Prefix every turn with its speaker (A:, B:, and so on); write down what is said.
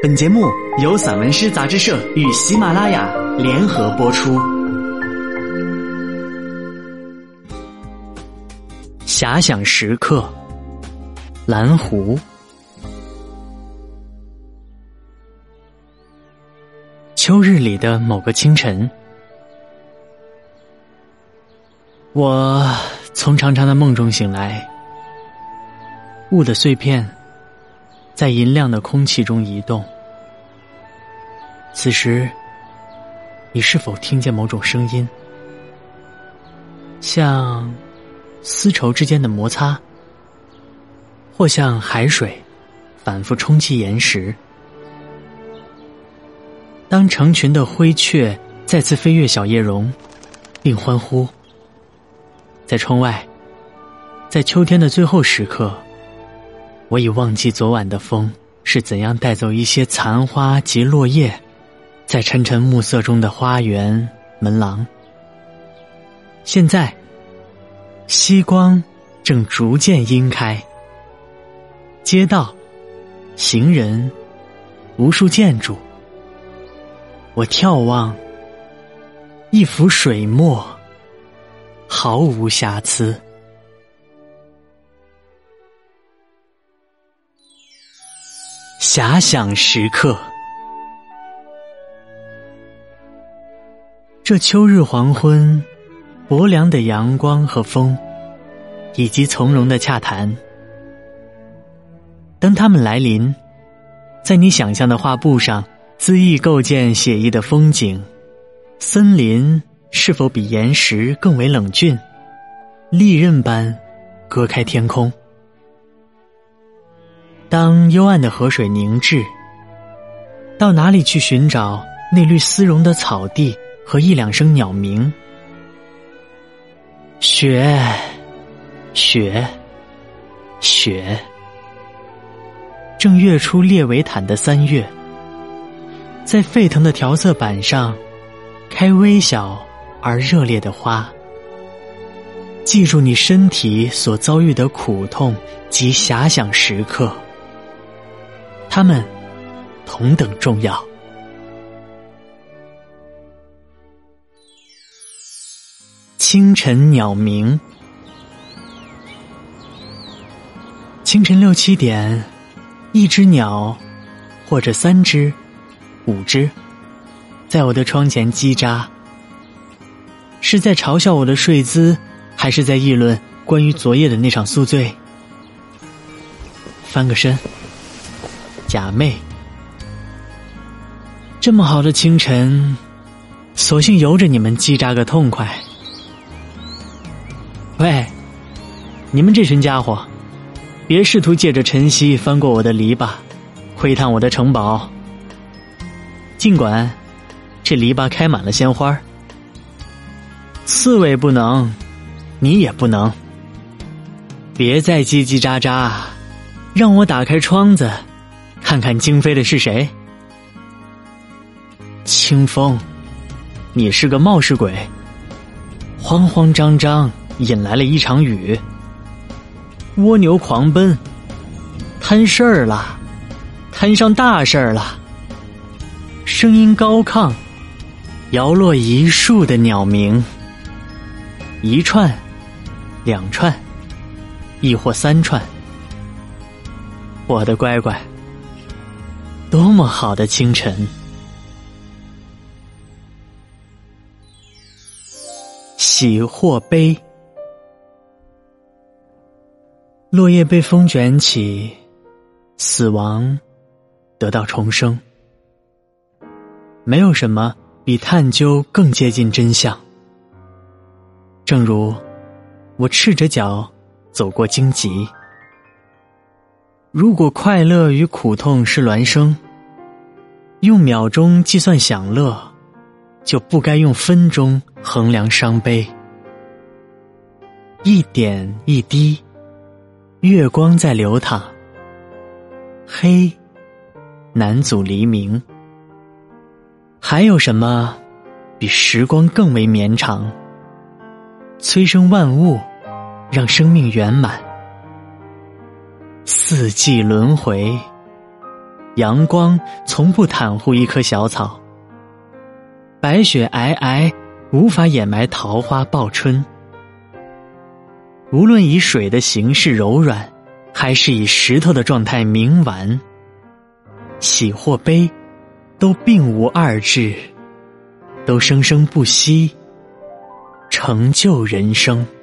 A: 本节目由散文诗杂志社与喜马拉雅联合播出。遐想时刻，蓝湖。秋日里的某个清晨，我从长长的梦中醒来，雾的碎片在银亮的空气中移动。此时，你是否听见某种声音，像丝绸之间的摩擦，或像海水反复冲击岩石？当成群的灰雀再次飞越小叶榕，并欢呼。在窗外，在秋天的最后时刻，我已忘记昨晚的风是怎样带走一些残花及落叶，在沉沉暮色中的花园门廊。现在，夕光正逐渐阴开，街道、行人、无数建筑，我眺望，一幅水墨，毫无瑕疵。遐想时刻。这秋日黄昏，薄凉的阳光和风，以及从容的洽谈，当它们来临，在你想象的画布上恣意构建写意的风景。森林是否比岩石更为冷峻，利刃般割开天空？当幽暗的河水凝滞，到哪里去寻找那绿丝绒的草地和一两声鸟鸣？雪，雪，雪。正跃出列维坦的3月，在沸腾的调色板上开微小而热烈的花。记住你身体所遭遇的苦痛及遐想时刻，它们同等重要。清晨鸟鸣。清晨6、7点，一只鸟，或者3只、5只，在我的窗前叽喳，是在嘲笑我的睡姿，还是在议论关于昨夜的那场宿醉？翻个身，假寐。这么好的清晨，索性由着你们叽喳个痛快。喂，你们这群家伙，别试图借着晨曦翻过我的篱笆，窥探我的城堡。尽管这篱笆开满了鲜花，刺猬不能，你也不能。别再叽叽喳喳，让我打开窗子，看看惊飞的是谁。清风，你是个冒失鬼，慌慌张张引来了一场雨。蜗牛狂奔，摊事儿了，摊上大事儿了。声音高亢，摇落一树的鸟鸣，一串、2串，亦或3串。我的乖乖，多么好的清晨！喜或悲。落叶被风卷起，死亡得到重生。没有什么比探究更接近真相。正如我赤着脚走过荆棘。如果快乐与苦痛是孪生，用秒钟计算享乐，就不该用分钟衡量伤悲。一点一滴，月光在流淌，黑难阻黎明。还有什么比时光更为绵长，催生万物，让生命圆满。四季轮回， 阳光从不袒护一棵小草，白雪皑皑，无法掩埋桃花报春。无论以水的形式柔软，还是以石头的状态冥顽，喜或悲，都并无二致，都生生不息，成就人生。